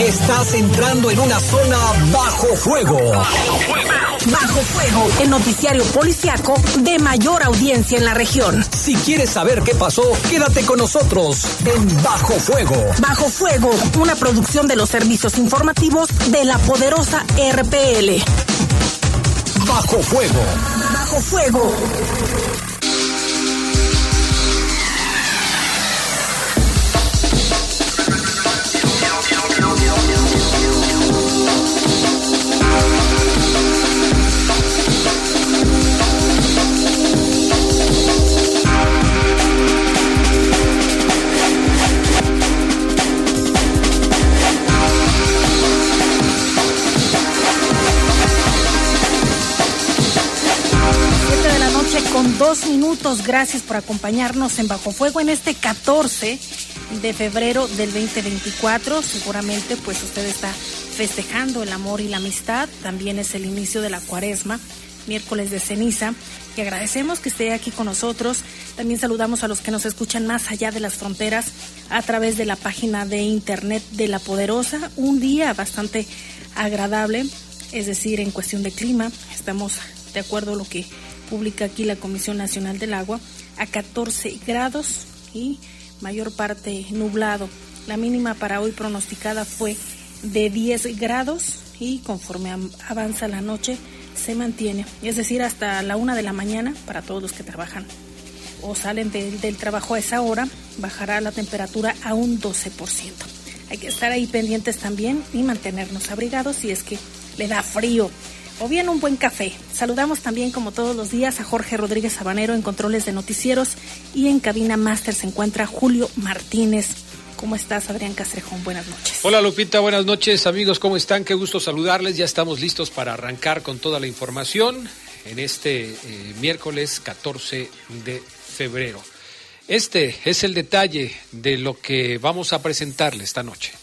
Estás entrando en una zona bajo fuego. Bajo Fuego, el noticiario policiaco de mayor audiencia en la región. Si quieres saber qué pasó, quédate con nosotros en Bajo Fuego. Bajo Fuego, una producción de los servicios informativos de la poderosa RPL. Bajo Fuego. Bajo Fuego. Con 2 minutos, gracias por acompañarnos en Bajo Fuego en este 14 de febrero del 2024. Seguramente pues usted está festejando el amor y la amistad. También es el inicio de la Cuaresma, miércoles de ceniza, y agradecemos que esté aquí con nosotros. También saludamos a los que nos escuchan más allá de las fronteras a través de la página de internet de La Poderosa. Un día bastante agradable, es decir, en cuestión de clima, estamos de acuerdo a lo que publica aquí la Comisión Nacional del Agua, a 14 grados y mayor parte nublado. La mínima para hoy pronosticada fue de 10 grados y conforme avanza la noche se mantiene, es decir, hasta la 1 de la mañana para todos los que trabajan o salen del trabajo a esa hora, bajará la temperatura a un 12%. Hay que estar ahí pendientes también y mantenernos abrigados si es que le da frío. O bien un buen café. Saludamos también, como todos los días, a Jorge Rodríguez Sabanero en controles de noticieros, y en cabina máster se encuentra Julio Martínez. ¿Cómo estás, Adrián Castrejón? Buenas noches. Hola, Lupita, buenas noches, amigos, ¿cómo están? Qué gusto saludarles. Ya estamos listos para arrancar con toda la información en este miércoles 14 de febrero. Este es el detalle de lo que vamos a presentarle esta noche.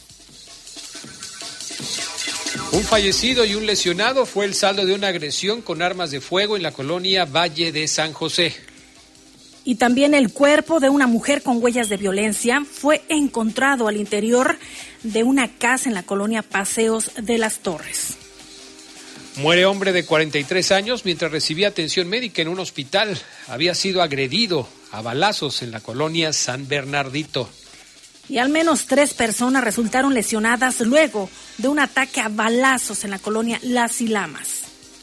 Un fallecido y un lesionado fue el saldo de una agresión con armas de fuego en la colonia Valle de San José. Y también el cuerpo de una mujer con huellas de violencia fue encontrado al interior de una casa en la colonia Paseos de las Torres. Muere hombre de 43 años mientras recibía atención médica en un hospital. Había sido agredido a balazos en la colonia San Bernardito. Y al menos 3 personas resultaron lesionadas luego de un ataque a balazos en la colonia Las Ilamas.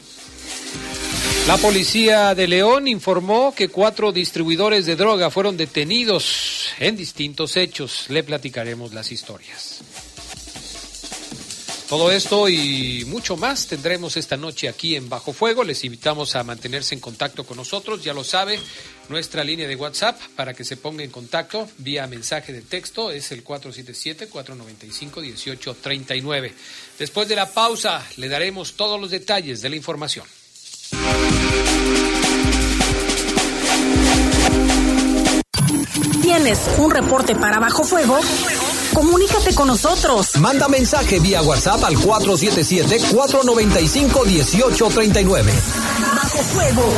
La policía de León informó que 4 distribuidores de droga fueron detenidos en distintos hechos. Le platicaremos las historias. Todo esto y mucho más tendremos esta noche aquí en Bajo Fuego. Les invitamos a mantenerse en contacto con nosotros. Ya lo sabe, nuestra línea de WhatsApp para que se ponga en contacto vía mensaje de texto es el 477-495-1839. Después de la pausa le daremos todos los detalles de la información. ¿Tienes un reporte para Bajo Fuego? Comunícate con nosotros. Manda mensaje vía WhatsApp al 477-495-1839. Bajo Fuego.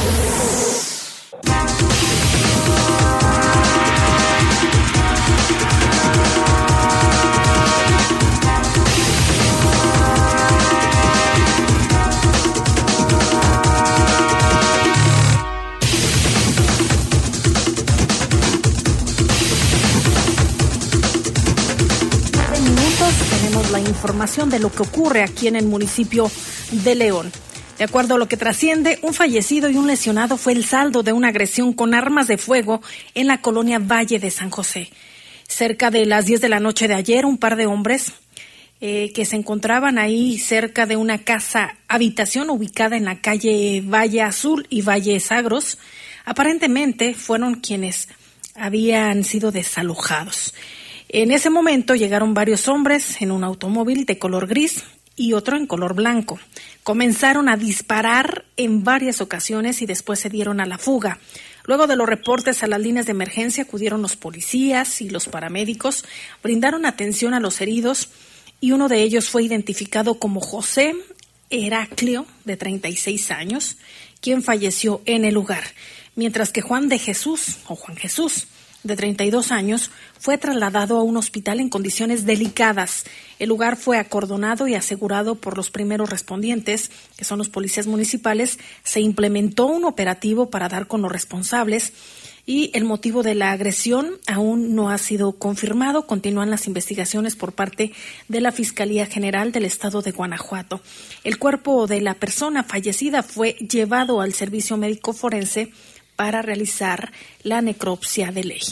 La información de lo que ocurre aquí en el municipio de León. De acuerdo a lo que trasciende, un fallecido y un lesionado fue el saldo de una agresión con armas de fuego en la colonia Valle de San José. Cerca de las 10 de la noche de ayer, un par de hombres que se encontraban ahí cerca de una casa habitación ubicada en la calle Valle Azul y Valle Sagros, aparentemente fueron quienes habían sido desalojados. En ese momento llegaron varios hombres en un automóvil de color gris y otro en color blanco. Comenzaron a disparar en varias ocasiones y después se dieron a la fuga. Luego de los reportes a las líneas de emergencia acudieron los policías y los paramédicos, brindaron atención a los heridos y uno de ellos fue identificado como José Heraclio, de 36 años, quien falleció en el lugar, mientras que Juan Jesús de 32 años, fue trasladado a un hospital en condiciones delicadas. El lugar fue acordonado y asegurado por los primeros respondientes, que son los policías municipales. Se implementó un operativo para dar con los responsables y el motivo de la agresión aún no ha sido confirmado. Continúan las investigaciones por parte de la Fiscalía General del Estado de Guanajuato. El cuerpo de la persona fallecida fue llevado al servicio médico forense para realizar la necropsia de ley.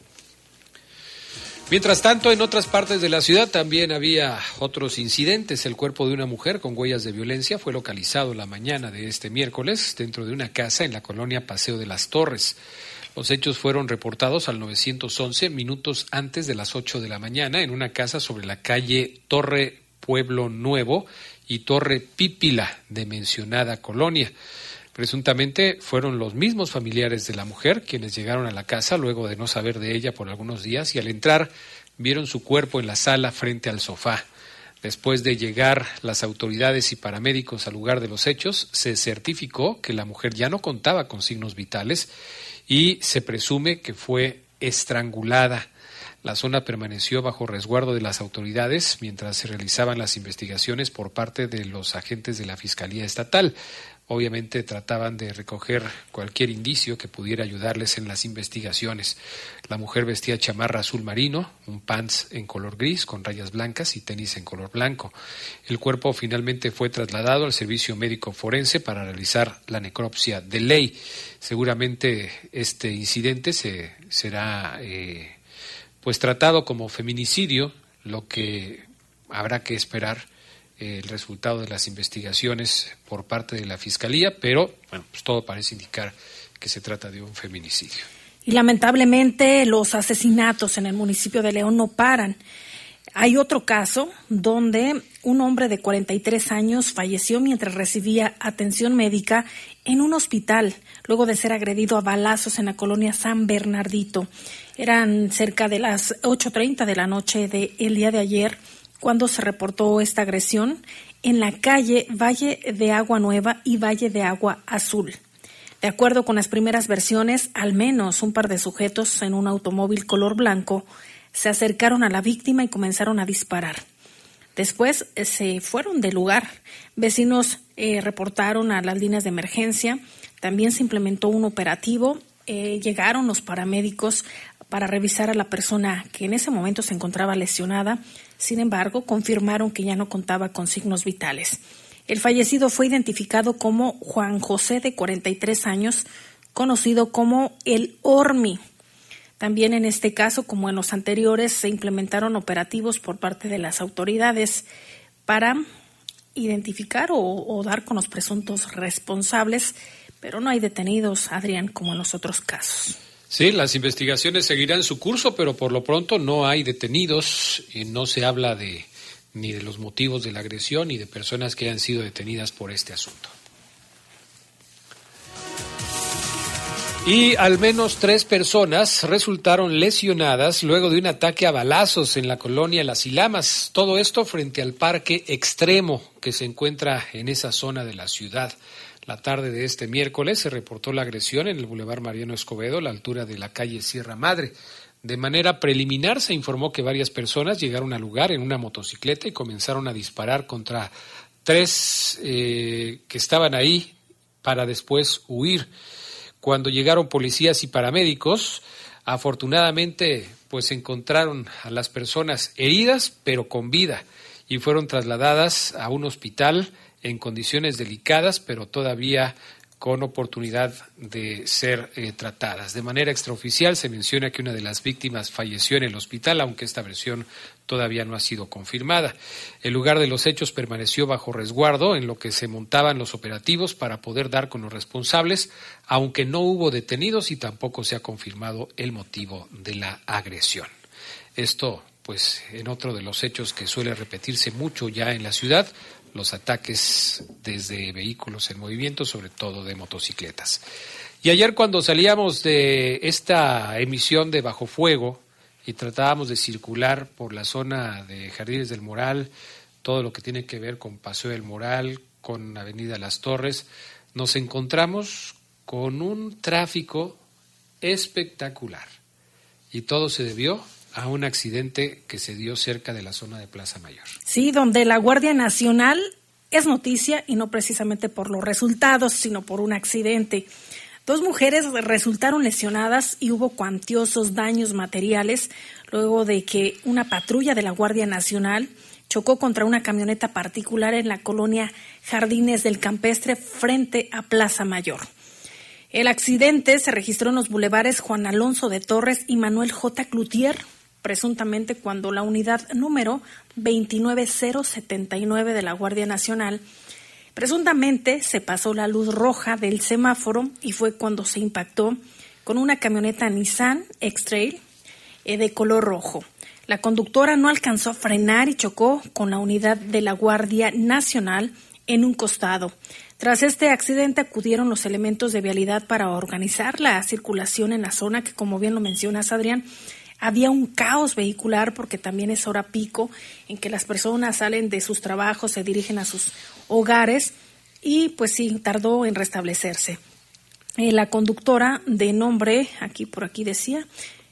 Mientras tanto, en otras partes de la ciudad también había otros incidentes. El cuerpo de una mujer con huellas de violencia fue localizado la mañana de este miércoles dentro de una casa en la colonia Paseo de las Torres. Los hechos fueron reportados al 911 minutos antes de las 8 de la mañana en una casa sobre la calle Torre Pueblo Nuevo y Torre Pípila de mencionada colonia. Presuntamente fueron los mismos familiares de la mujer quienes llegaron a la casa luego de no saber de ella por algunos días y al entrar vieron su cuerpo en la sala frente al sofá. Después de llegar las autoridades y paramédicos al lugar de los hechos, se certificó que la mujer ya no contaba con signos vitales y se presume que fue estrangulada. La zona permaneció bajo resguardo de las autoridades mientras se realizaban las investigaciones por parte de los agentes de la Fiscalía Estatal. Obviamente trataban de recoger cualquier indicio que pudiera ayudarles en las investigaciones. La mujer vestía chamarra azul marino, un pants en color gris con rayas blancas y tenis en color blanco. El cuerpo finalmente fue trasladado al servicio médico forense para realizar la necropsia de ley. Seguramente este incidente será tratado como feminicidio, lo que habrá que esperar el resultado de las investigaciones por parte de la Fiscalía, pero todo parece indicar que se trata de un feminicidio. Y lamentablemente los asesinatos en el municipio de León no paran. Hay otro caso donde un hombre de 43 años falleció mientras recibía atención médica en un hospital, luego de ser agredido a balazos en la colonia San Bernardito. Eran cerca de las 8:30 de la noche del día de ayer cuando se reportó esta agresión en la calle Valle de Agua Nueva y Valle de Agua Azul. De acuerdo con las primeras versiones, al menos un par de sujetos en un automóvil color blanco se acercaron a la víctima y comenzaron a disparar. Después se fueron del lugar. Vecinos reportaron a las líneas de emergencia. También se implementó un operativo. Llegaron los paramédicos para revisar a la persona que en ese momento se encontraba lesionada. Sin embargo, confirmaron que ya no contaba con signos vitales. El fallecido fue identificado como Juan José, de 43 años, conocido como el Ormi. También en este caso, como en los anteriores, se implementaron operativos por parte de las autoridades para identificar o dar con los presuntos responsables, pero no hay detenidos, Adrián, como en los otros casos. Sí, las investigaciones seguirán su curso, pero por lo pronto no hay detenidos y no se habla ni de los motivos de la agresión ni de personas que hayan sido detenidas por este asunto. Y al menos 3 personas resultaron lesionadas luego de un ataque a balazos en la colonia Las Ilamas. Todo esto frente al Parque Extremo que se encuentra en esa zona de la ciudad. La tarde de este miércoles se reportó la agresión en el Boulevard Mariano Escobedo, a la altura de la calle Sierra Madre. De manera preliminar se informó que varias personas llegaron al lugar en una motocicleta y comenzaron a disparar contra 3 que estaban ahí para después huir. Cuando llegaron policías y paramédicos, afortunadamente encontraron a las personas heridas pero con vida y fueron trasladadas a un hospital en condiciones delicadas, pero todavía con oportunidad de ser tratadas. De manera extraoficial se menciona que una de las víctimas falleció en el hospital, aunque esta versión todavía no ha sido confirmada. El lugar de los hechos permaneció bajo resguardo en lo que se montaban los operativos para poder dar con los responsables, aunque no hubo detenidos y tampoco se ha confirmado el motivo de la agresión. Esto, en otro de los hechos que suele repetirse mucho ya en la ciudad, los ataques desde vehículos en movimiento, sobre todo de motocicletas. Y ayer cuando salíamos de esta emisión de Bajo Fuego y tratábamos de circular por la zona de Jardines del Moral, todo lo que tiene que ver con Paseo del Moral, con Avenida Las Torres, nos encontramos con un tráfico espectacular. y todo se debió a un accidente que se dio cerca de la zona de Plaza Mayor. Sí, donde la Guardia Nacional es noticia y no precisamente por los resultados, sino por un accidente. 2 mujeres resultaron lesionadas y hubo cuantiosos daños materiales luego de que una patrulla de la Guardia Nacional chocó contra una camioneta particular en la colonia Jardines del Campestre frente a Plaza Mayor. El accidente se registró en los bulevares Juan Alonso de Torres y Manuel J. Cloutier, presuntamente cuando la unidad número 29079 de la Guardia Nacional presuntamente se pasó la luz roja del semáforo y fue cuando se impactó con una camioneta Nissan X-Trail de color rojo. La conductora no alcanzó a frenar y chocó con la unidad de la Guardia Nacional en un costado. Tras este accidente acudieron los elementos de vialidad para organizar la circulación en la zona que, como bien lo mencionas, Adrián, había un caos vehicular porque también es hora pico en que las personas salen de sus trabajos, se dirigen a sus hogares y pues sí, tardó en restablecerse. La conductora de nombre, por aquí decía,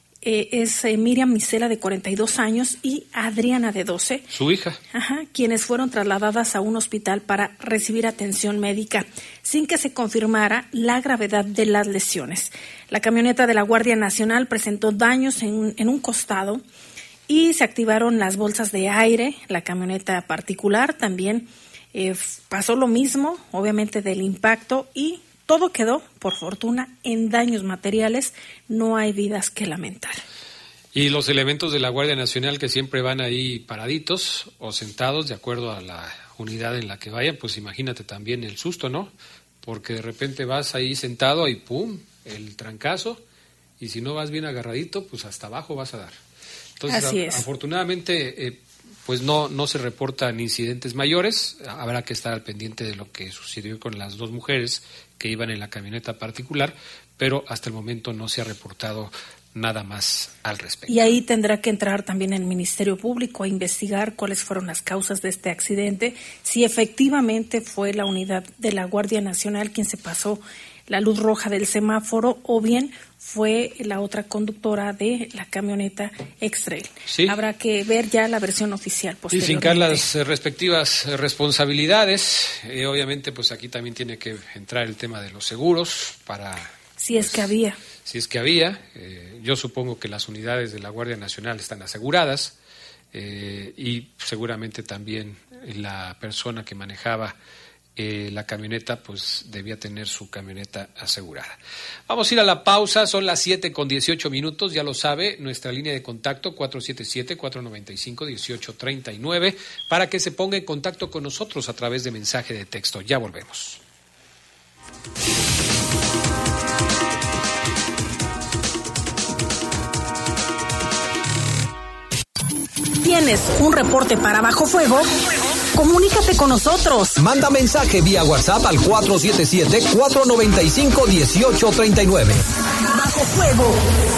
es Miriam Misela, de 42 años, y Adriana, de 12. Su hija. Quienes fueron trasladadas a un hospital para recibir atención médica, sin que se confirmara la gravedad de las lesiones. La camioneta de la Guardia Nacional presentó daños en un costado y se activaron las bolsas de aire. La camioneta particular también pasó lo mismo, obviamente, del impacto, y todo quedó, por fortuna, en daños materiales. No hay vidas que lamentar. Y los elementos de la Guardia Nacional que siempre van ahí paraditos o sentados de acuerdo a la unidad en la que vayan, pues imagínate también el susto, ¿no? Porque de repente vas ahí sentado y ¡pum!, el trancazo, y si no vas bien agarradito, pues hasta abajo vas a dar. Entonces, así es. Afortunadamente, pues no se reportan incidentes mayores. Habrá que estar al pendiente de lo que sucedió con las 2 mujeres que iban en la camioneta particular, pero hasta el momento no se ha reportado nada más al respecto. Y ahí tendrá que entrar también el Ministerio Público a investigar cuáles fueron las causas de este accidente, si efectivamente fue la unidad de la Guardia Nacional quien se pasó la luz roja del semáforo o bien fue la otra conductora de la camioneta X-Trail. Sí. Habrá que ver ya la versión oficial posteriormente. Y fincar las respectivas responsabilidades. Obviamente, pues aquí también tiene que entrar el tema de los seguros para... Si es que había. Si es que había. Yo supongo que las unidades de la Guardia Nacional están aseguradas y seguramente también la persona que manejaba la camioneta pues debía tener su camioneta asegurada. Vamos a ir a la pausa, son las 7:18, ya lo sabe, nuestra línea de contacto 477-495-1839 para que se ponga en contacto con nosotros a través de mensaje de texto. Ya volvemos. ¿Tienes un reporte para Bajo Fuego? Comunícate con nosotros. Manda mensaje vía WhatsApp al 477-495-1839. Bajo Fuego.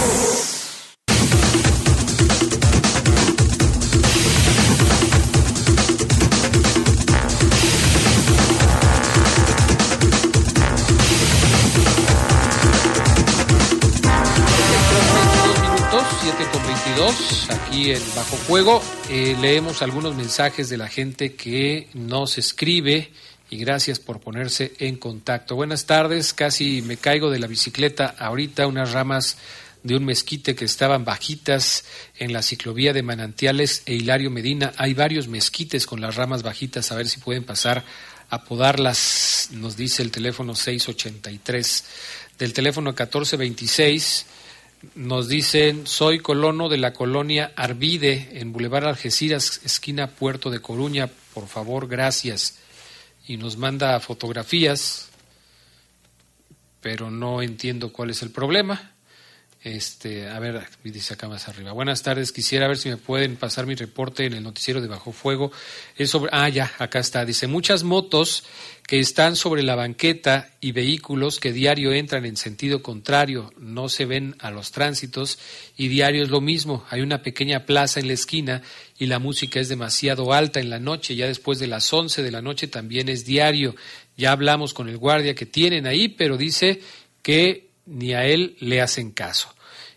Aquí en Bajo Fuego leemos algunos mensajes de la gente que nos escribe y gracias por ponerse en contacto. Buenas tardes, casi me caigo de la bicicleta ahorita, unas ramas de un mezquite que estaban bajitas en la ciclovía de Manantiales e Hilario Medina. Hay varios mezquites con las ramas bajitas, a ver si pueden pasar a podarlas, nos dice el teléfono 683. Del teléfono 1426 nos dicen, soy colono de la colonia Arvide, en Boulevard Algeciras, esquina Puerto de Coruña, por favor, gracias. Y nos manda fotografías, pero no entiendo cuál es el problema. A ver, dice acá más arriba. Buenas tardes, quisiera ver si me pueden pasar mi reporte en el noticiero de Bajo Fuego. Es sobre, ya, acá está. Dice, muchas motos que están sobre la banqueta y vehículos que diario entran en sentido contrario, no se ven a los tránsitos y diario es lo mismo. Hay una pequeña plaza en la esquina y la música es demasiado alta en la noche, ya después de las 11 de la noche también es diario. Ya hablamos con el guardia que tienen ahí, pero dice que ni a él le hacen caso.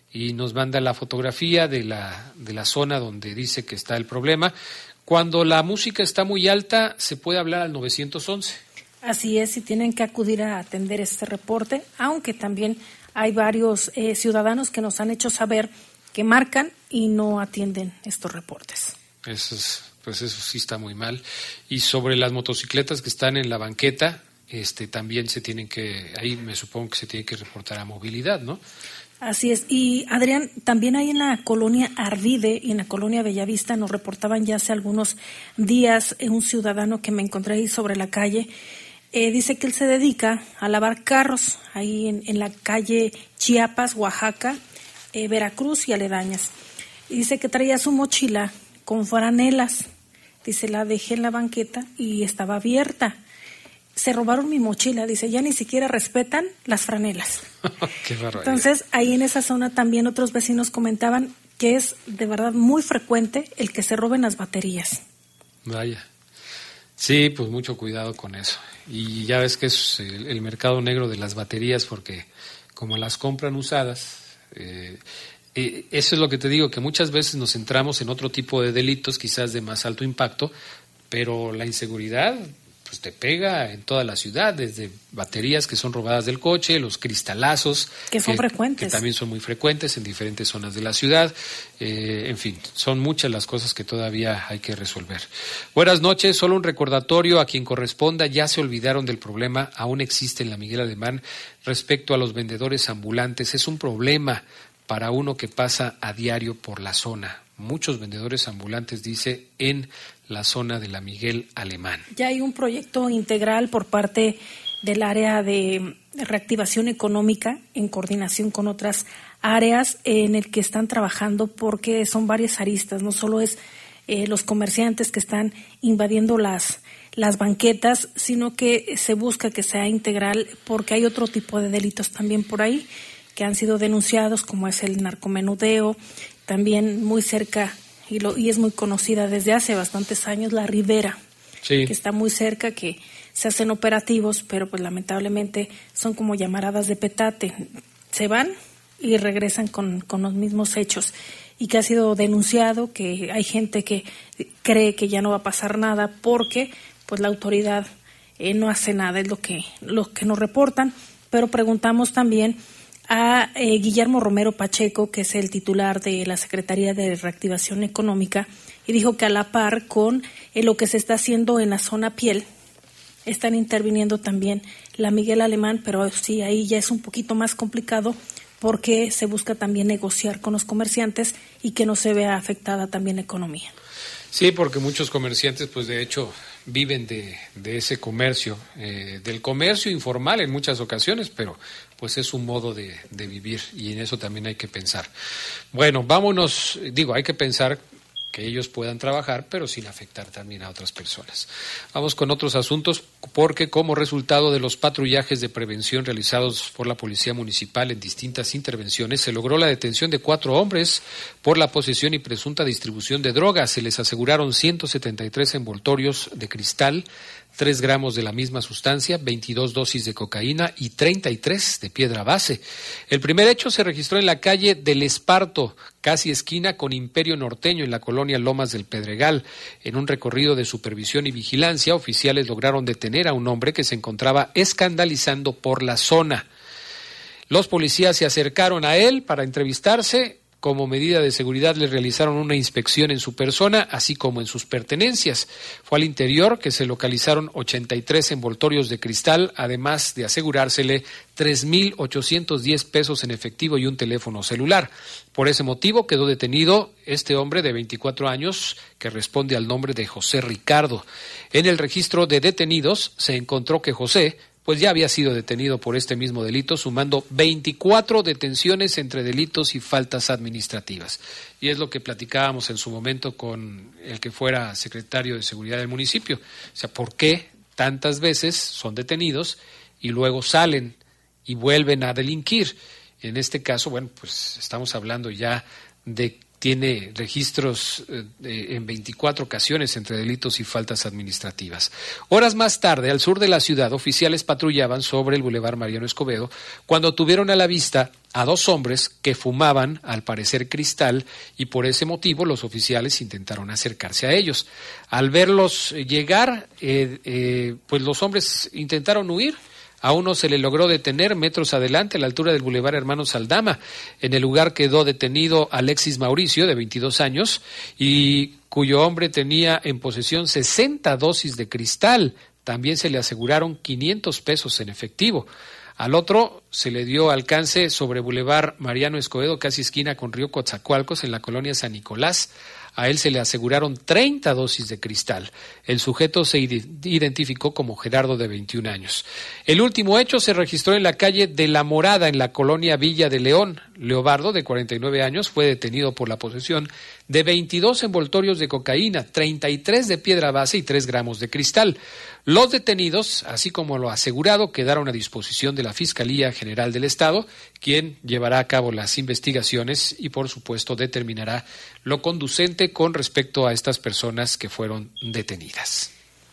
y nos manda la fotografía de la zona donde dice que está el problema. Cuando la música está muy alta, se puede hablar al 911. Así es, y tienen que acudir a atender este reporte, aunque también hay varios ciudadanos que nos han hecho saber que marcan y no atienden estos reportes. Pues eso sí está muy mal. Y sobre las motocicletas que están en la banqueta, también ahí me supongo que se tiene que reportar a movilidad, ¿no? Así es. Y Adrián, también hay en la colonia Arvide y en la colonia Bellavista, nos reportaban ya hace algunos días un ciudadano que me encontré ahí sobre la calle. Dice que él se dedica a lavar carros ahí en la calle Chiapas, Oaxaca, Veracruz y aledañas. Y dice que traía su mochila con franelas. Dice, la dejé en la banqueta y estaba abierta. Se robaron mi mochila, dice, ya ni siquiera respetan las franelas. Qué barbaridad. Entonces, ahí en esa zona también otros vecinos comentaban que es de verdad muy frecuente el que se roben las baterías. Vaya. Sí, pues mucho cuidado con eso. Y ya ves que es el mercado negro de las baterías, porque como las compran usadas, eso es lo que te digo, que muchas veces nos centramos en otro tipo de delitos, quizás de más alto impacto, pero la inseguridad pues te pega en toda la ciudad, desde baterías que son robadas del coche, los cristalazos que son frecuentes, que también son muy frecuentes en diferentes zonas de la ciudad, en fin, son muchas las cosas que todavía hay que resolver. Buenas noches, solo un recordatorio a quien corresponda, ya se olvidaron del problema, aún existe en la Miguel Alemán respecto a los vendedores ambulantes, es un problema para uno que pasa a diario por la zona. Muchos vendedores ambulantes, dice, en la zona de la Miguel Alemán. Ya hay un proyecto integral por parte del área de reactivación económica en coordinación con otras áreas en el que están trabajando, porque son varias aristas, no solo es los comerciantes que están invadiendo las banquetas, sino que se busca que sea integral, porque hay otro tipo de delitos también por ahí que han sido denunciados, como es el narcomenudeo, también muy cerca, y es muy conocida desde hace bastantes años, la Ribera, sí, que está muy cerca, que se hacen operativos, pero pues lamentablemente son como llamaradas de petate, se van y regresan con los mismos hechos, y que ha sido denunciado, que hay gente que cree que ya no va a pasar nada porque pues la autoridad no hace nada, es lo que nos reportan, pero preguntamos también a Guillermo Romero Pacheco, que es el titular de la Secretaría de Reactivación Económica, y dijo que a la par con lo que se está haciendo en la zona piel, están interviniendo también la Miguel Alemán, pero sí, ahí ya es un poquito más complicado porque se busca también negociar con los comerciantes y que no se vea afectada también la economía. Sí, porque muchos comerciantes, pues de hecho, viven de ese comercio, del comercio informal en muchas ocasiones, pero pues es un modo de vivir y en eso también hay que pensar. Bueno, vámonos, hay que pensar que ellos puedan trabajar, pero sin afectar también a otras personas. Vamos con otros asuntos, porque como resultado de los patrullajes de prevención realizados por la Policía Municipal en distintas intervenciones, se logró la detención de 4 hombres por la posesión y presunta distribución de drogas. Se les aseguraron 173 envoltorios de cristal, 3 gramos de la misma sustancia, 22 dosis de cocaína y 33 de piedra base. El primer hecho se registró en la calle del Esparto, casi esquina con Imperio Norteño, en la colonia Lomas del Pedregal. En un recorrido de supervisión y vigilancia, oficiales lograron detener a un hombre que se encontraba escandalizando por la zona. Los policías se acercaron a él para entrevistarse. Como medida de seguridad le realizaron una inspección en su persona, así como en sus pertenencias. Fue al interior que se localizaron 83 envoltorios de cristal, además de asegurársele 3,810 pesos en efectivo y un teléfono celular. Por ese motivo quedó detenido este hombre de 24 años, que responde al nombre de José Ricardo. En el registro de detenidos se encontró que José pues ya había sido detenido por este mismo delito, sumando 24 detenciones entre delitos y faltas administrativas. Y es lo que platicábamos en su momento con el que fuera secretario de Seguridad del municipio. O sea, ¿por qué tantas veces son detenidos y luego salen y vuelven a delinquir? En este caso, bueno, pues estamos hablando ya de tiene registros en 24 ocasiones entre delitos y faltas administrativas. Horas más tarde, al sur de la ciudad, oficiales patrullaban sobre el Boulevard Mariano Escobedo cuando tuvieron a la vista a dos hombres que fumaban, al parecer cristal, y por ese motivo los oficiales intentaron acercarse a ellos. Al verlos llegar, pues los hombres intentaron huir. A uno se le logró detener metros adelante, a la altura del Boulevard Hermanos Aldama. En el lugar quedó detenido Alexis Mauricio, de 22 años, y cuyo hombre tenía en posesión 60 dosis de cristal. También se le aseguraron 500 pesos en efectivo. Al otro se le dio alcance sobre Boulevard Mariano Escobedo, casi esquina con Río Coatzacoalcos, en la colonia San Nicolás. A él se le aseguraron 30 dosis de cristal. El sujeto se identificó como Gerardo, de 21 años. El último hecho se registró en la calle de La Morada, en la colonia Villa de León. Leobardo, de 49 años, fue detenido por la posesión de 22 envoltorios de cocaína, 33 de piedra base y 3 gramos de cristal. Los detenidos, así como lo asegurado, quedaron a disposición de la Fiscalía General del Estado, quien llevará a cabo las investigaciones y, por supuesto, determinará lo conducente con respecto a estas personas que fueron detenidas.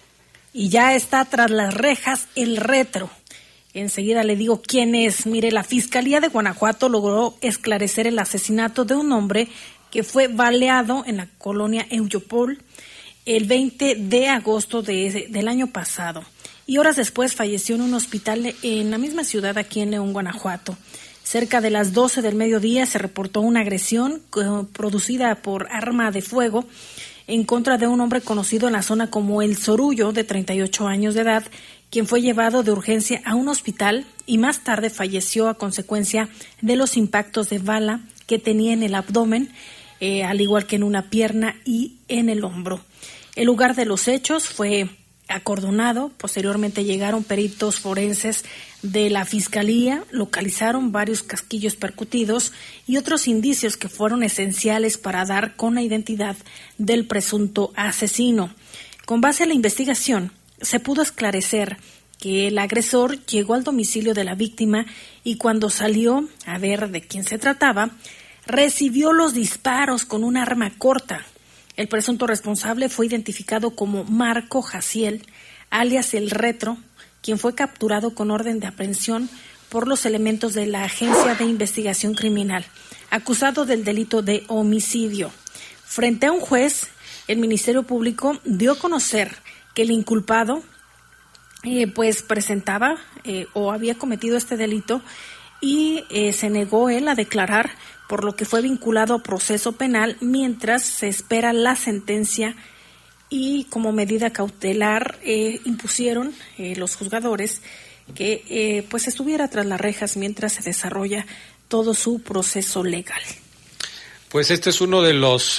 Y ya está tras las rejas el retro. Enseguida le digo quién es. Mire, la Fiscalía de Guanajuato logró esclarecer el asesinato de un hombre que fue baleado en la colonia Euyopol el 20 de agosto del año pasado. Y horas después falleció en un hospital en la misma ciudad, aquí en León, Guanajuato. Cerca de las 12 del mediodía se reportó una agresión producida por arma de fuego en contra de un hombre conocido en la zona como El Sorullo, de 38 años de edad, quien fue llevado de urgencia a un hospital y más tarde falleció a consecuencia de los impactos de bala que tenía en el abdomen, al igual que en una pierna y en el hombro. El lugar de los hechos fue acordonado. Posteriormente llegaron peritos forenses de la Fiscalía, localizaron varios casquillos percutidos y otros indicios que fueron esenciales para dar con la identidad del presunto asesino. Con base a la investigación, se pudo esclarecer que el agresor llegó al domicilio de la víctima y cuando salió a ver de quién se trataba, recibió los disparos con un arma corta. El presunto responsable fue identificado como Marco Jaciel, alias El Retro, quien fue capturado con orden de aprehensión por los elementos de la Agencia de Investigación Criminal, acusado del delito de homicidio. Frente a un juez, el Ministerio Público dio a conocer que el inculpado presentaba o había cometido este delito y se negó él a declarar, por lo que fue vinculado a proceso penal mientras se espera la sentencia, y como medida cautelar impusieron los juzgadores que estuviera tras las rejas mientras se desarrolla todo su proceso legal. Pues este es uno de los,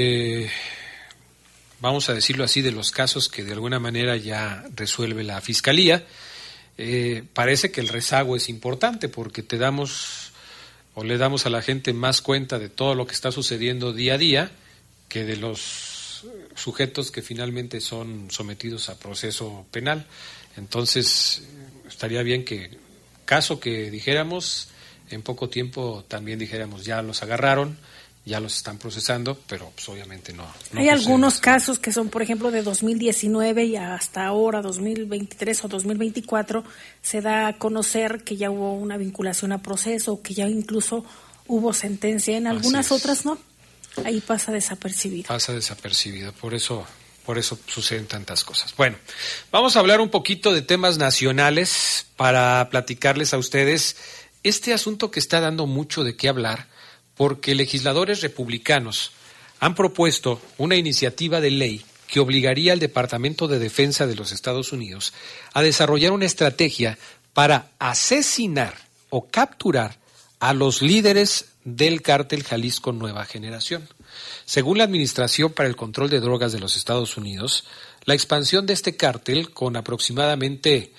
vamos a decirlo así, de los casos que de alguna manera ya resuelve la Fiscalía. Parece que el rezago es importante porque le damos a la gente más cuenta de todo lo que está sucediendo día a día que de los sujetos que finalmente son sometidos a proceso penal. Entonces, estaría bien que, caso que dijéramos, en poco tiempo también dijéramos, ya los agarraron, ya los están procesando, pero pues obviamente no. Hay algunos casos que son, por ejemplo, de 2019 y hasta ahora, 2023 o 2024, se da a conocer que ya hubo una vinculación a proceso, que ya incluso hubo sentencia. En algunas otras no. Ahí pasa desapercibido. Pasa desapercibido, por eso suceden tantas cosas. Bueno, vamos a hablar un poquito de temas nacionales para platicarles a ustedes este asunto que está dando mucho de qué hablar, porque legisladores republicanos han propuesto una iniciativa de ley que obligaría al Departamento de Defensa de los Estados Unidos a desarrollar una estrategia para asesinar o capturar a los líderes del cártel Jalisco Nueva Generación. Según la Administración para el Control de Drogas de los Estados Unidos, la expansión de este cártel, con aproximadamente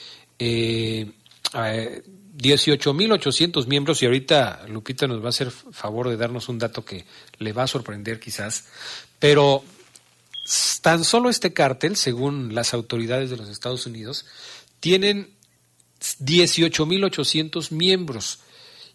18,800 miembros, y ahorita Lupita nos va a hacer favor de darnos un dato que le va a sorprender quizás, pero tan solo este cártel, según las autoridades de los Estados Unidos, tienen 18,800 miembros,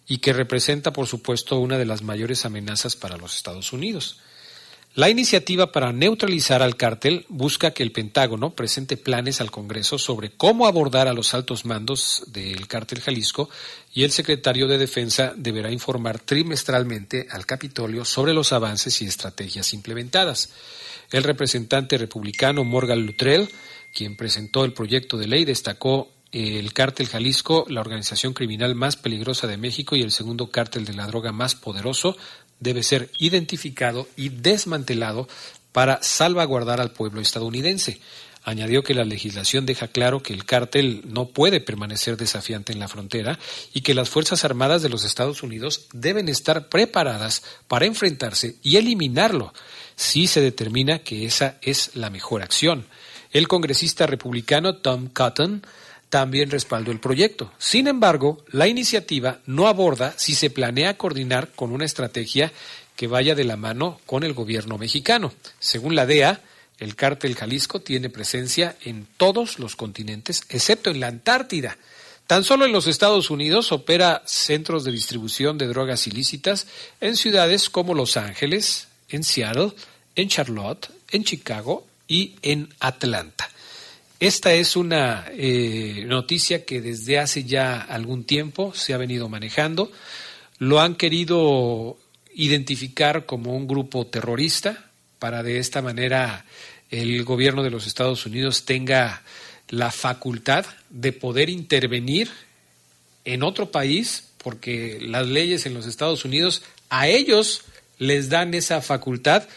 y que representa, por supuesto, una de las mayores amenazas para los Estados Unidos. La iniciativa para neutralizar al cártel busca que el Pentágono presente planes al Congreso sobre cómo abordar a los altos mandos del cártel Jalisco, y el secretario de Defensa deberá informar trimestralmente al Capitolio sobre los avances y estrategias implementadas. El representante republicano Morgan Luttrell, quien presentó el proyecto de ley, destacó: el cártel Jalisco, la organización criminal más peligrosa de México y el segundo cártel de la droga más poderoso, debe ser identificado y desmantelado para salvaguardar al pueblo estadounidense. Añadió que la legislación deja claro que el cártel no puede permanecer desafiante en la frontera y que las Fuerzas Armadas de los Estados Unidos deben estar preparadas para enfrentarse y eliminarlo si se determina que esa es la mejor acción. El congresista republicano Tom Cotton también respaldó el proyecto. Sin embargo, la iniciativa no aborda si se planea coordinar con una estrategia que vaya de la mano con el gobierno mexicano. Según la DEA, el cártel Jalisco tiene presencia en todos los continentes, excepto en la Antártida. Tan solo en los Estados Unidos opera centros de distribución de drogas ilícitas en ciudades como Los Ángeles, en Seattle, en Charlotte, en Chicago y en Atlanta. Esta es una noticia que desde hace ya algún tiempo se ha venido manejando. Lo han querido identificar como un grupo terrorista para de esta manera el gobierno de los Estados Unidos tenga la facultad de poder intervenir en otro país, porque las leyes en los Estados Unidos a ellos les dan esa facultad.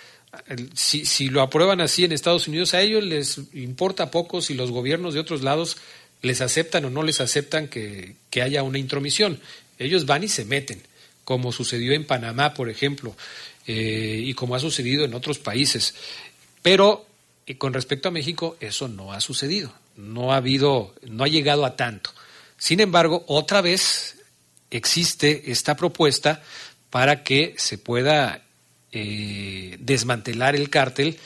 Si lo aprueban así en Estados Unidos, a ellos les importa poco si los gobiernos de otros lados les aceptan o no les aceptan que haya una intromisión. Ellos van y se meten, como sucedió en Panamá, por ejemplo, y como ha sucedido en otros países. Pero con respecto a México, eso no ha sucedido, no ha llegado a tanto. Sin embargo, otra vez existe esta propuesta para que se pueda desmantelar el cártel,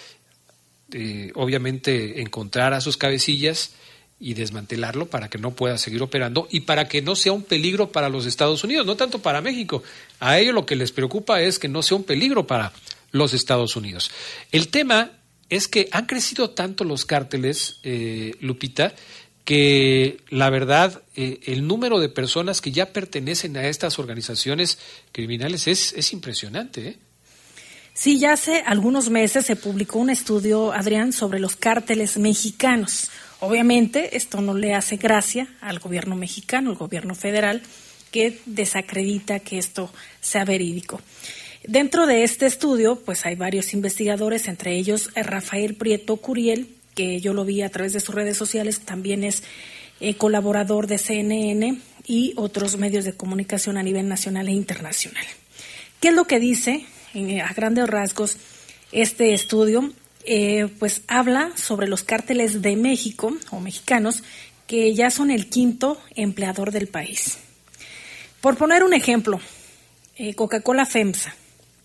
obviamente encontrar a sus cabecillas y desmantelarlo para que no pueda seguir operando y para que no sea un peligro para los Estados Unidos, no tanto para México. A ellos lo que les preocupa es que no sea un peligro para los Estados Unidos. El tema es que han crecido tanto los cárteles, Lupita, que la verdad el número de personas que ya pertenecen a estas organizaciones criminales es impresionante, ¿eh? Sí, ya hace algunos meses se publicó un estudio, Adrián, sobre los cárteles mexicanos. Obviamente esto no le hace gracia al gobierno mexicano, al gobierno federal, que desacredita que esto sea verídico. Dentro de este estudio, pues hay varios investigadores, entre ellos Rafael Prieto Curiel, que yo lo vi a través de sus redes sociales, también es colaborador de CNN y otros medios de comunicación a nivel nacional e internacional. ¿Qué es lo que dice a grandes rasgos este estudio? Pues habla sobre los cárteles de México o mexicanos que ya son el quinto empleador del país. Por poner un ejemplo, Coca-Cola FEMSA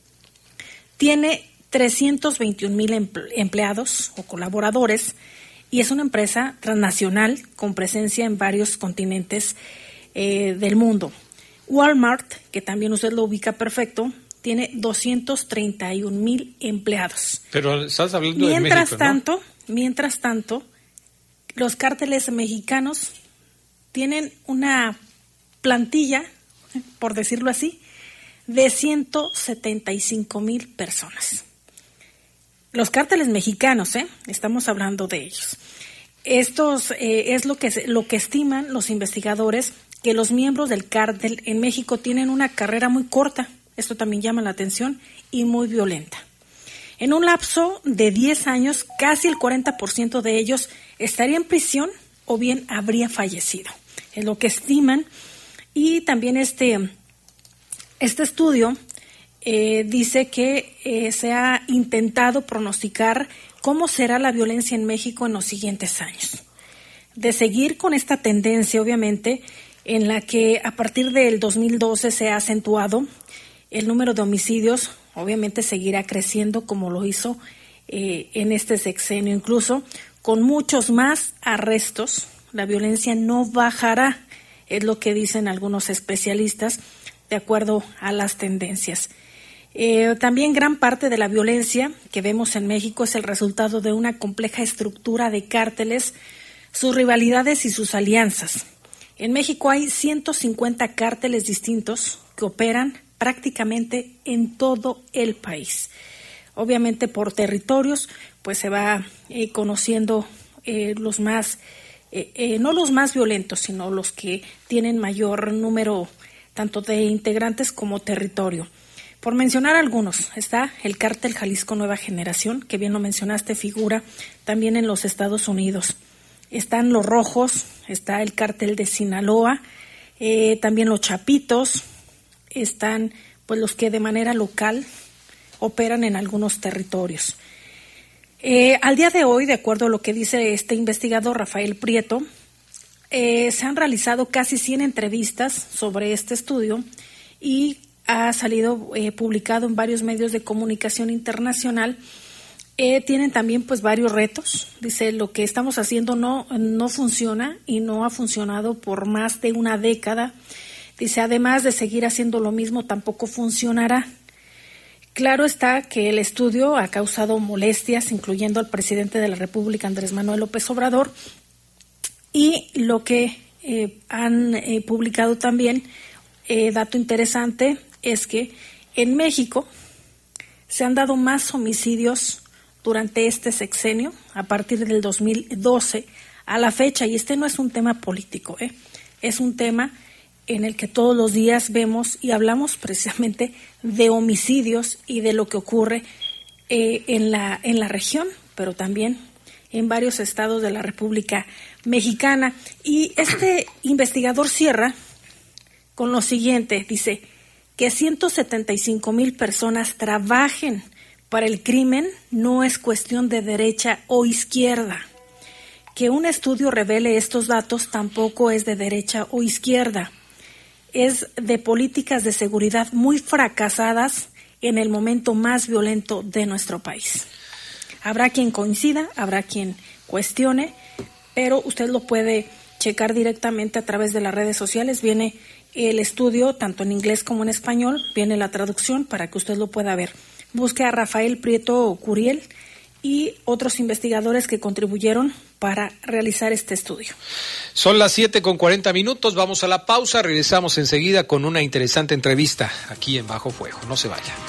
tiene 321,000 empleados o colaboradores y es una empresa transnacional con presencia en varios continentes del mundo. Walmart, que también usted lo ubica perfecto, tiene 231,000 empleados. Pero estás hablando de México, ¿no? Mientras tanto, los cárteles mexicanos tienen una plantilla, por decirlo así, de 175,000 personas. Los cárteles mexicanos, estamos hablando de ellos. Estos es lo que estiman los investigadores, que los miembros del cártel en México tienen una carrera muy corta. Esto también llama la atención, y muy violenta. En un lapso de 10 años, casi el 40% de ellos estaría en prisión o bien habría fallecido. Es lo que estiman. Y también este estudio dice que se ha intentado pronosticar cómo será la violencia en México en los siguientes años. De seguir con esta tendencia, obviamente, en la que a partir del 2012 se ha acentuado, el número de homicidios obviamente seguirá creciendo como lo hizo en este sexenio. Incluso con muchos más arrestos, la violencia no bajará, es lo que dicen algunos especialistas, de acuerdo a las tendencias. También gran parte de la violencia que vemos en México es el resultado de una compleja estructura de cárteles, sus rivalidades y sus alianzas. En México hay 150 cárteles distintos que operan prácticamente en todo el país. Obviamente por territorios, pues se va conociendo los más, no los más violentos, sino los que tienen mayor número tanto de integrantes como territorio. Por mencionar algunos, está el Cártel Jalisco Nueva Generación, que bien lo mencionaste, figura también en los Estados Unidos. Están los Rojos, está el Cártel de Sinaloa, también los Chapitos, están pues los que de manera local operan en algunos territorios. Al día de hoy, de acuerdo a lo que dice este investigador Rafael Prieto, se han realizado casi 100 entrevistas sobre este estudio y ha salido publicado en varios medios de comunicación internacional. Tienen también pues varios retos. Dice, lo que estamos haciendo no funciona y no ha funcionado por más de una década. Dice, además de seguir haciendo lo mismo, tampoco funcionará. Claro está que el estudio ha causado molestias, incluyendo al presidente de la República, Andrés Manuel López Obrador, y lo que han publicado también, dato interesante, es que en México se han dado más homicidios durante este sexenio, a partir del 2012 a la fecha, y este no es un tema político, es un tema en el que todos los días vemos y hablamos precisamente de homicidios y de lo que ocurre en la región, pero también en varios estados de la República Mexicana. Y este investigador cierra con lo siguiente, dice que 175,000 personas trabajen para el crimen no es cuestión de derecha o izquierda. Que un estudio revele estos datos tampoco es de derecha o izquierda. Es de políticas de seguridad muy fracasadas en el momento más violento de nuestro país. Habrá quien coincida, habrá quien cuestione, pero usted lo puede checar directamente a través de las redes sociales. Viene el estudio tanto en inglés como en español, viene la traducción para que usted lo pueda ver. Busque a Rafael Prieto Curiel y otros investigadores que contribuyeron para realizar este estudio. Son las 7:40, vamos a la pausa, regresamos enseguida con una interesante entrevista aquí en Bajo Fuego. No se vaya.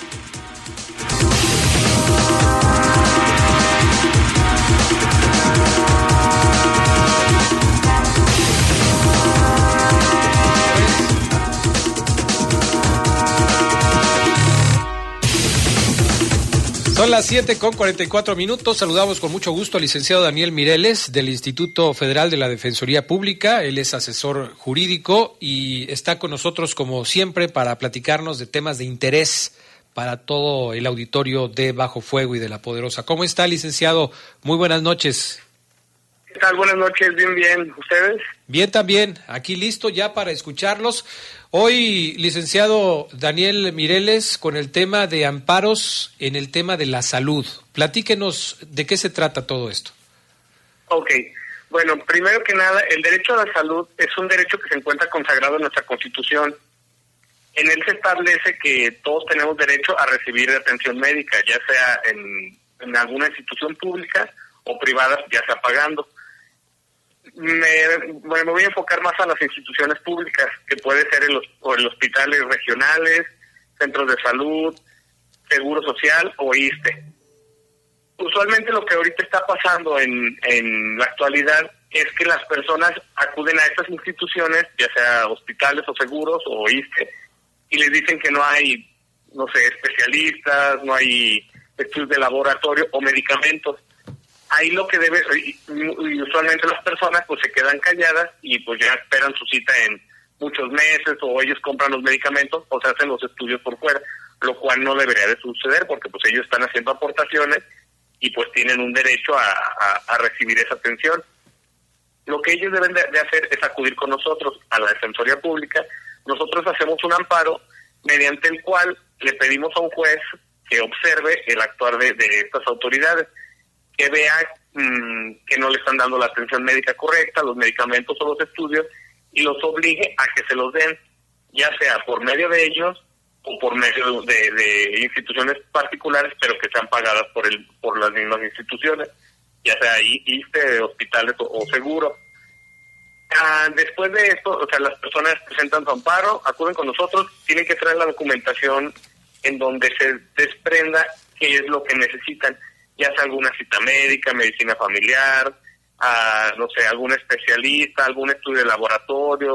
Son las 7:44. Saludamos con mucho gusto al licenciado Daniel Mireles del Instituto Federal de la Defensoría Pública. Él es asesor jurídico y está con nosotros como siempre para platicarnos de temas de interés para todo el auditorio de Bajo Fuego y de La Poderosa. ¿Cómo está, licenciado? Muy buenas noches. ¿Qué tal? Buenas noches, bien. ¿Ustedes? Bien también, aquí listo ya para escucharlos. Hoy, licenciado Daniel Mireles, con el tema de amparos en el tema de la salud. Platíquenos de qué se trata todo esto. Ok, bueno, primero que nada, el derecho a la salud es un derecho que se encuentra consagrado en nuestra Constitución. En él se establece que todos tenemos derecho a recibir atención médica, ya sea en alguna institución pública o privada, ya sea pagando. Me voy a enfocar más a las instituciones públicas, que puede ser en hospitales regionales, centros de salud, seguro social o ISSSTE. Usualmente lo que ahorita está pasando en la actualidad es que las personas acuden a estas instituciones, ya sea hospitales o seguros o ISSSTE, y les dicen que no hay, especialistas, no hay estudios de laboratorio o medicamentos. Ahí lo que debe, y usualmente las personas pues se quedan calladas y pues ya esperan su cita en muchos meses, o ellos compran los medicamentos o se hacen los estudios por fuera, lo cual no debería de suceder porque pues ellos están haciendo aportaciones y pues tienen un derecho a recibir esa atención. Lo que ellos deben de hacer es acudir con nosotros a la Defensoría Pública. Nosotros hacemos un amparo mediante el cual le pedimos a un juez que observe el actuar de estas autoridades, que vea que no le están dando la atención médica correcta, los medicamentos o los estudios, y los obligue a que se los den. ya sea por medio de ellos o por medio de instituciones particulares, pero que sean pagadas por las mismas instituciones, ya sea ISSSTE, hospitales o seguros. Después de esto, o sea, las personas presentan su amparo, acuden con nosotros, tienen que traer la documentación en donde se desprenda qué es lo que necesitan, ya sea alguna cita médica, medicina familiar, no sé, algún especialista, algún estudio de laboratorio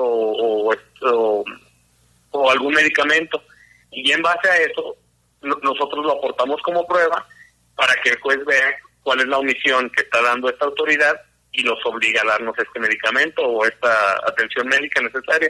o algún medicamento. Y en base a eso, nosotros lo aportamos como prueba para que el juez vea cuál es la omisión que está dando esta autoridad y los obliga a darnos este medicamento o esta atención médica necesaria.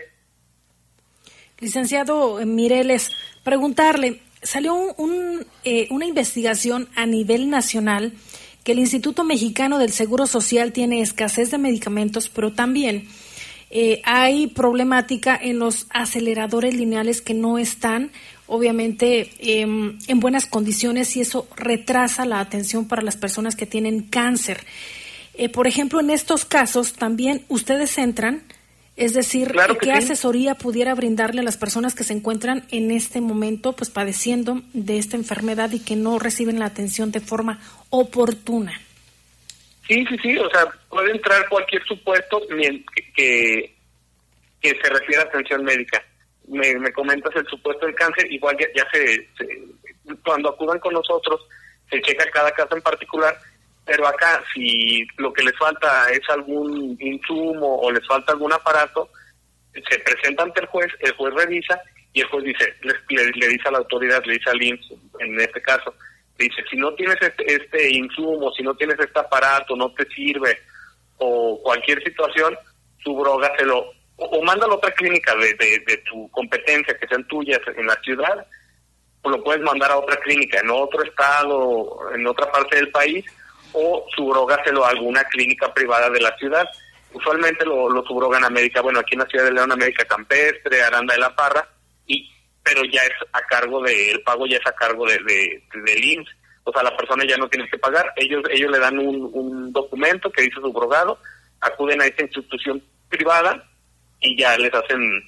Licenciado Mireles, preguntarle, salió una investigación a nivel nacional que el Instituto Mexicano del Seguro Social tiene escasez de medicamentos, pero también hay problemática en los aceleradores lineales que no están, obviamente, en buenas condiciones, y eso retrasa la atención para las personas que tienen cáncer. Por ejemplo, en estos casos también ustedes entran, es decir, claro ¿qué sí. asesoría pudiera brindarle a las personas que se encuentran en este momento pues padeciendo de esta enfermedad y que no reciben la atención de forma oportuna? Sí, o sea, puede entrar cualquier supuesto que se refiera a atención médica. Me comentas el supuesto del cáncer, igual ya cuando acudan con nosotros se checa cada caso en particular, pero acá si lo que les falta es algún insumo o les falta algún aparato, se presenta ante el juez revisa y el juez dice, le dice a la autoridad, le dice al IMSS en este caso, dice, si no tienes este insumo, si no tienes este aparato, no te sirve, o cualquier situación, subrógaselo, o mándalo a otra clínica de tu competencia, que sean tuyas en la ciudad, o lo puedes mandar a otra clínica, en otro estado, en otra parte del país, o subrógaselo a alguna clínica privada de la ciudad. Usualmente lo subrogan a América, bueno, aquí en la ciudad de León, América Campestre, Aranda de la Parra, pero ya es a cargo el pago ya es a cargo del IMSS, o sea, la persona ya no tiene que pagar, ellos le dan un documento que dice subrogado, acuden a esta institución privada y ya les hacen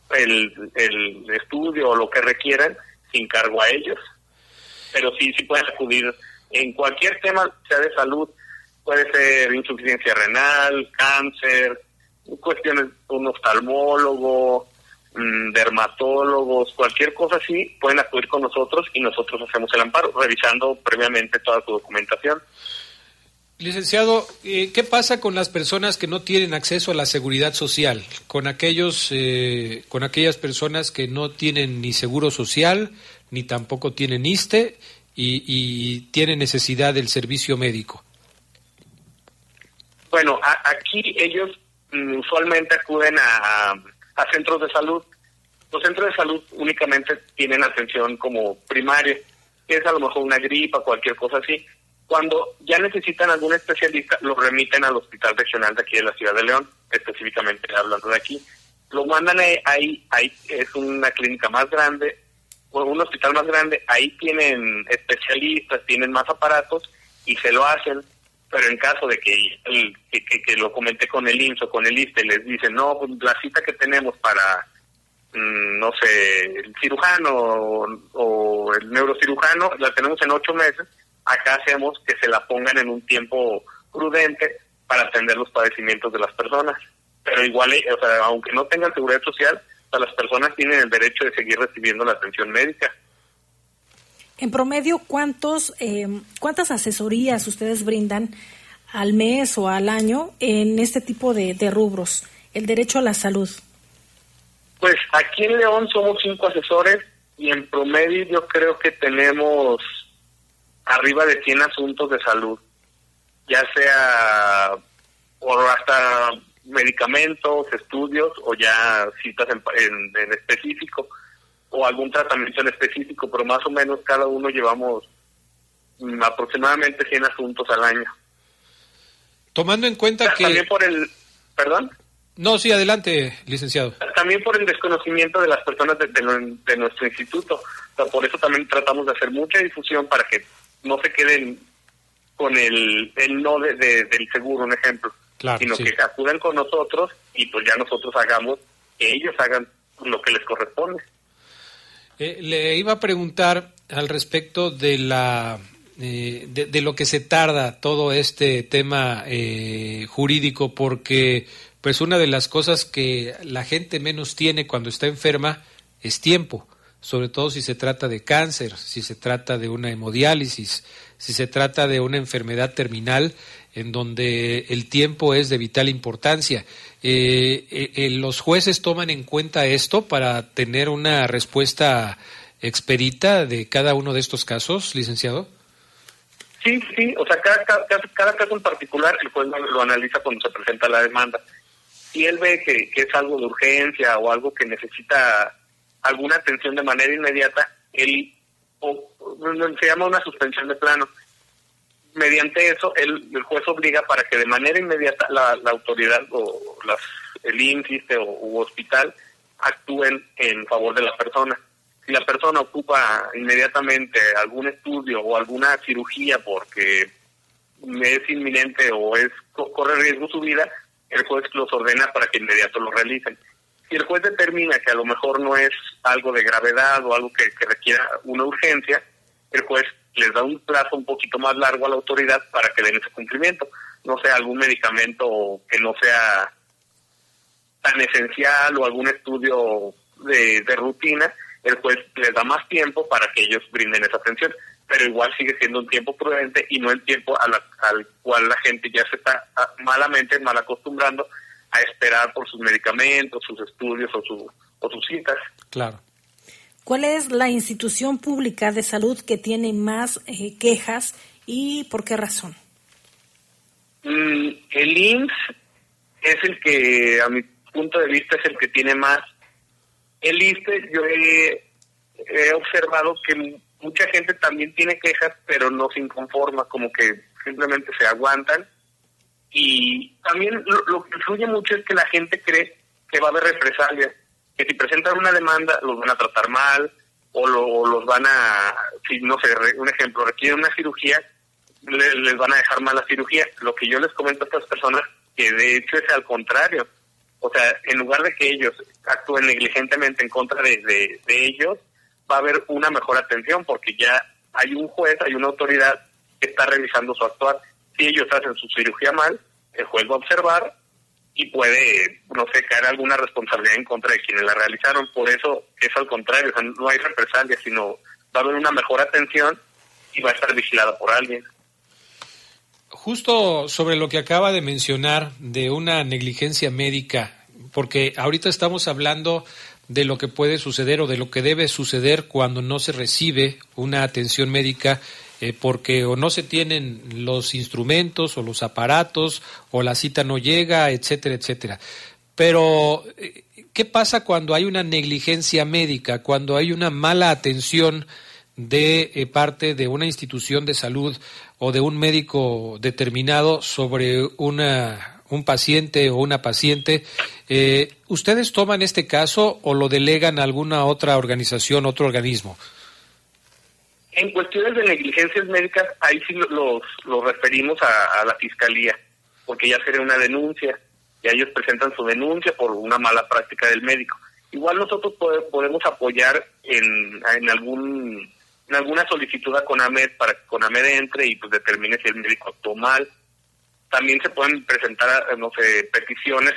el estudio o lo que requieran sin cargo a ellos, pero sí pueden acudir en cualquier tema, sea de salud, puede ser insuficiencia renal, cáncer, cuestiones, un oftalmólogo, dermatólogos, cualquier cosa así, pueden acudir con nosotros y nosotros hacemos el amparo, revisando previamente toda su documentación. Licenciado, ¿qué pasa con las personas que no tienen acceso a la seguridad social? Con aquellas personas que no tienen ni seguro social, ni tampoco tienen ISSSTE y tienen necesidad del servicio médico. Bueno, aquí ellos usualmente acuden a centros de salud. Los centros de salud únicamente tienen atención como primaria, que es a lo mejor una gripa, cualquier cosa así. Cuando ya necesitan algún especialista, los remiten al Hospital Regional de aquí de la Ciudad de León, específicamente hablando de aquí. Lo mandan ahí es una clínica más grande, o un hospital más grande, ahí tienen especialistas, tienen más aparatos y se lo hacen, pero en caso de que lo comenté con el IMSS o con el ISSSTE, les dicen, no, pues la cita que tenemos para, no sé, el cirujano o el neurocirujano, la tenemos en 8 meses, acá hacemos que se la pongan en un tiempo prudente para atender los padecimientos de las personas. Pero igual, o sea, aunque no tengan seguridad social, o sea, las personas tienen el derecho de seguir recibiendo la atención médica. En promedio, ¿cuántas asesorías ustedes brindan al mes o al año en este tipo de rubros? El derecho a la salud. Pues aquí en León somos 5 asesores y en promedio yo creo que tenemos arriba de 100 asuntos de salud, ya sea por hasta medicamentos, estudios o ya citas en específico o algún tratamiento en específico, pero más o menos cada uno llevamos aproximadamente 100 asuntos al año. Tomando en cuenta que... También por el... ¿Perdón? No, sí, adelante, licenciado. También por el desconocimiento de las personas de nuestro instituto. O sea, por eso también tratamos de hacer mucha difusión para que no se queden con el no del seguro, un ejemplo. Claro, sino sí, que acudan con nosotros y pues ya nosotros que ellos hagan lo que les corresponde. Le iba a preguntar al respecto de de lo que se tarda todo este tema jurídico, porque pues una de las cosas que la gente menos tiene cuando está enferma es tiempo, sobre todo si se trata de cáncer, si se trata de una hemodiálisis, si se trata de una enfermedad terminal en donde el tiempo es de vital importancia. ¿Los jueces toman en cuenta esto para tener una respuesta expedita de cada uno de estos casos, licenciado? Sí, o sea, cada caso en particular el juez lo analiza cuando se presenta la demanda. Si él ve que es algo de urgencia o algo que necesita alguna atención de manera inmediata, se llama una suspensión de plano. Mediante eso, el juez obliga para que de manera inmediata la autoridad o el IMSS u hospital actúen en favor de la persona. Si la persona ocupa inmediatamente algún estudio o alguna cirugía porque es inminente o corre riesgo su vida, el juez los ordena para que inmediato lo realicen. Si el juez determina que a lo mejor no es algo de gravedad o algo que requiera una urgencia, el juez les da un plazo un poquito más largo a la autoridad para que den ese cumplimiento. No sea algún medicamento que no sea tan esencial o algún estudio de rutina, el juez les da más tiempo para que ellos brinden esa atención, pero igual sigue siendo un tiempo prudente y no el tiempo al cual la gente ya se está mal acostumbrando a esperar por sus medicamentos, sus estudios o sus citas. Claro. ¿Cuál es la institución pública de salud que tiene más quejas y por qué razón? El IMSS es el que, a mi punto de vista, es el que tiene más. El ISSSTE, yo he observado que mucha gente también tiene quejas, pero no se inconforma, como que simplemente se aguantan. Y también lo que influye mucho es que la gente cree que va a haber represalias, que si presentan una demanda los van a tratar mal o los van a, si no sé, un ejemplo, requieren una cirugía, les van a dejar mal la cirugía. Lo que yo les comento a estas personas, que de hecho es al contrario. O sea, en lugar de que ellos actúen negligentemente en contra de ellos, va a haber una mejor atención porque ya hay un juez, hay una autoridad que está revisando su actuar. Si ellos hacen su cirugía mal, el juez va a observar y puede, no sé, caer alguna responsabilidad en contra de quienes la realizaron. Por eso es al contrario, o sea, no hay represalias, sino va a haber una mejor atención y va a estar vigilada por alguien. Justo sobre lo que acaba de mencionar de una negligencia médica, porque ahorita estamos hablando de lo que puede suceder o de lo que debe suceder cuando no se recibe una atención médica porque o no se tienen los instrumentos o los aparatos o la cita no llega, etcétera, etcétera. Pero, ¿qué pasa cuando hay una negligencia médica, cuando hay una mala atención de parte de una institución de salud o de un médico determinado sobre un paciente o una paciente? ¿Ustedes toman este caso o lo delegan a alguna otra organización, otro organismo? En cuestiones de negligencias médicas, ahí sí los referimos a la fiscalía, porque ya sería una denuncia, y ellos presentan su denuncia por una mala práctica del médico. Igual nosotros podemos apoyar en alguna solicitud a CONAMED para que CONAMED entre y pues determine si el médico actuó mal. También se pueden presentar, no sé, peticiones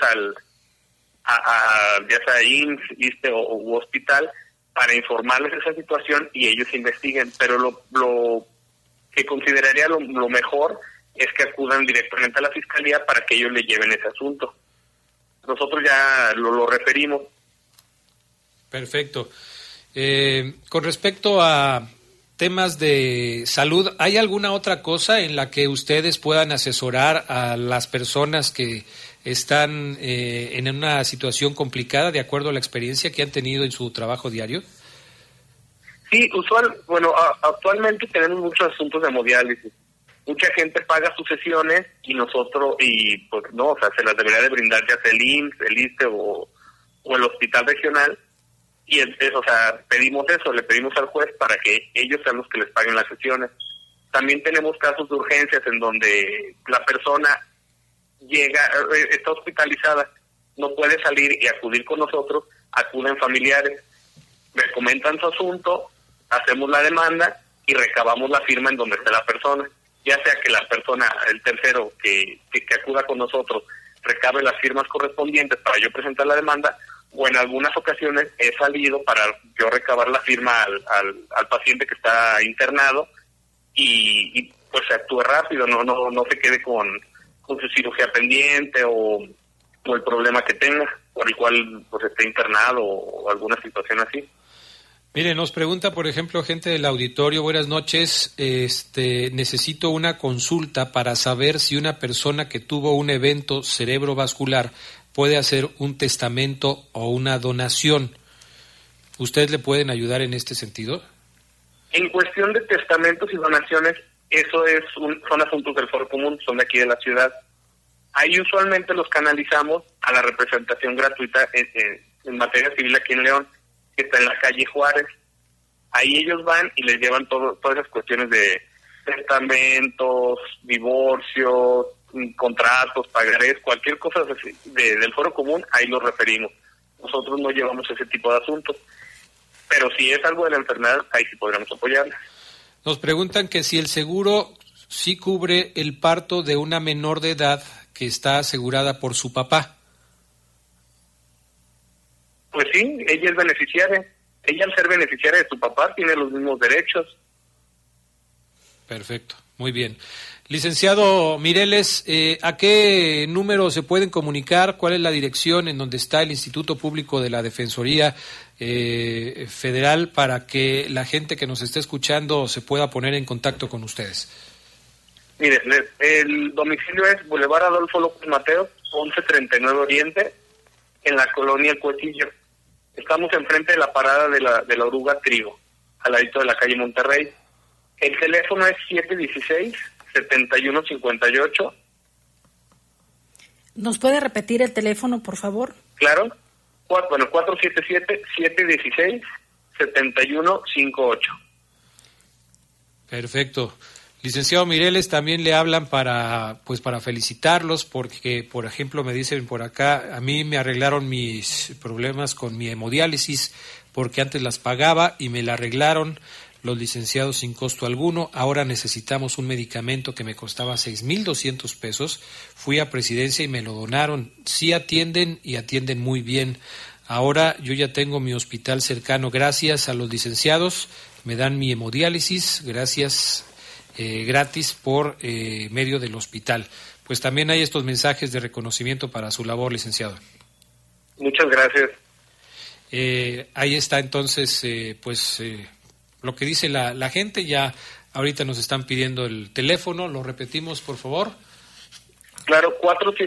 ya sea IMSS, ISSSTE u hospital, para informarles de esa situación y ellos investiguen, pero lo que consideraría lo mejor es que acudan directamente a la fiscalía para que ellos le lleven ese asunto. Nosotros ya lo referimos. Perfecto. Con respecto a temas de salud, ¿hay alguna otra cosa en la que ustedes puedan asesorar a las personas que están en una situación complicada de acuerdo a la experiencia que han tenido en su trabajo diario? Sí, actualmente tenemos muchos asuntos de hemodiálisis. Mucha gente paga sus sesiones y pues no, o sea, se las debería de brindar ya sea el IMSS, el ISSSTE o el hospital regional. Y o sea, le pedimos al juez para que ellos sean los que les paguen las sesiones. También tenemos casos de urgencias en donde la persona está hospitalizada no puede salir y acudir con nosotros, acuden familiares, me comentan su asunto, hacemos la demanda y recabamos la firma en donde esté la persona. Ya sea que la persona, el tercero que acuda con nosotros, recabe las firmas correspondientes para yo presentar la demanda, o en algunas ocasiones he salido para yo recabar la firma al paciente que está internado y pues se actúe rápido, no se quede con su cirugía pendiente o el problema que tenga, por el cual pues esté internado o alguna situación así. Mire, nos pregunta, por ejemplo, gente del auditorio, buenas noches, necesito una consulta para saber si una persona que tuvo un evento cerebrovascular puede hacer un testamento o una donación. ¿Ustedes le pueden ayudar en este sentido? En cuestión de testamentos y donaciones, eso son asuntos del Foro Común, son de aquí de la ciudad. Ahí usualmente los canalizamos a la representación gratuita en materia civil aquí en León, que está en la calle Juárez. Ahí ellos van y les llevan todas esas cuestiones de testamentos, divorcios, contratos, pagarés, cualquier cosa del Foro Común, ahí los referimos. Nosotros no llevamos ese tipo de asuntos, pero si es algo de la enfermedad, ahí sí podríamos apoyarla. Nos preguntan que si el seguro sí cubre el parto de una menor de edad que está asegurada por su papá. Pues sí, ella es beneficiaria. Ella, al ser beneficiaria de su papá, tiene los mismos derechos. Perfecto, muy bien. Licenciado Mireles, ¿a qué número se pueden comunicar? ¿Cuál es la dirección en donde está el Instituto Público de la Defensoría Federal para que la gente que nos esté escuchando se pueda poner en contacto con ustedes? Mire, el domicilio es Boulevard Adolfo López Mateos, 1139 Oriente, en la colonia El Cuetillo. Estamos enfrente de la parada de la Oruga Trigo, al ladito de la calle Monterrey. El teléfono es 716-7158. ¿Nos puede repetir el teléfono, por favor? Claro. 477-716-7158. Perfecto. Licenciado Mireles, también le hablan para felicitarlos porque, por ejemplo, me dicen por acá, a mí me arreglaron mis problemas con mi hemodiálisis porque antes las pagaba y me la arreglaron los licenciados sin costo alguno. Ahora necesitamos un medicamento que me costaba 6,200 pesos. Fui a Presidencia y me lo donaron. Sí atienden y atienden muy bien. Ahora yo ya tengo mi hospital cercano. Gracias a los licenciados. Me dan mi hemodiálisis. Gracias. Gratis por medio del hospital. Pues también hay estos mensajes de reconocimiento para su labor, licenciado. Muchas gracias. Ahí está entonces, lo que dice la gente. Ya ahorita nos están pidiendo el teléfono, lo repetimos, por favor. Claro,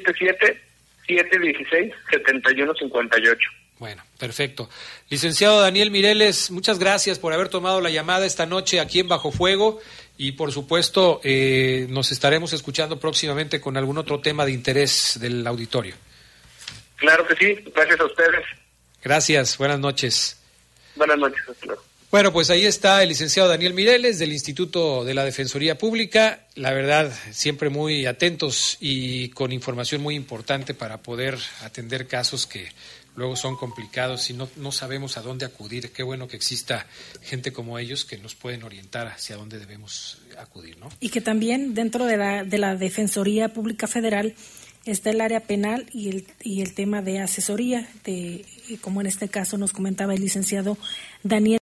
477-716-7158. Bueno, perfecto. Licenciado Daniel Mireles, muchas gracias por haber tomado la llamada esta noche aquí en Bajo Fuego y por supuesto nos estaremos escuchando próximamente con algún otro tema de interés del auditorio. Claro que sí, gracias a ustedes. Gracias, buenas noches. Buenas noches, hasta luego. Bueno, pues ahí está el licenciado Daniel Mireles del Instituto de la Defensoría Pública. La verdad, siempre muy atentos y con información muy importante para poder atender casos que luego son complicados y no sabemos a dónde acudir. Qué bueno que exista gente como ellos que nos pueden orientar hacia dónde debemos acudir, ¿no? Y que también dentro de la Defensoría Pública Federal está el área penal y el tema de asesoría, como en este caso nos comentaba el licenciado Daniel.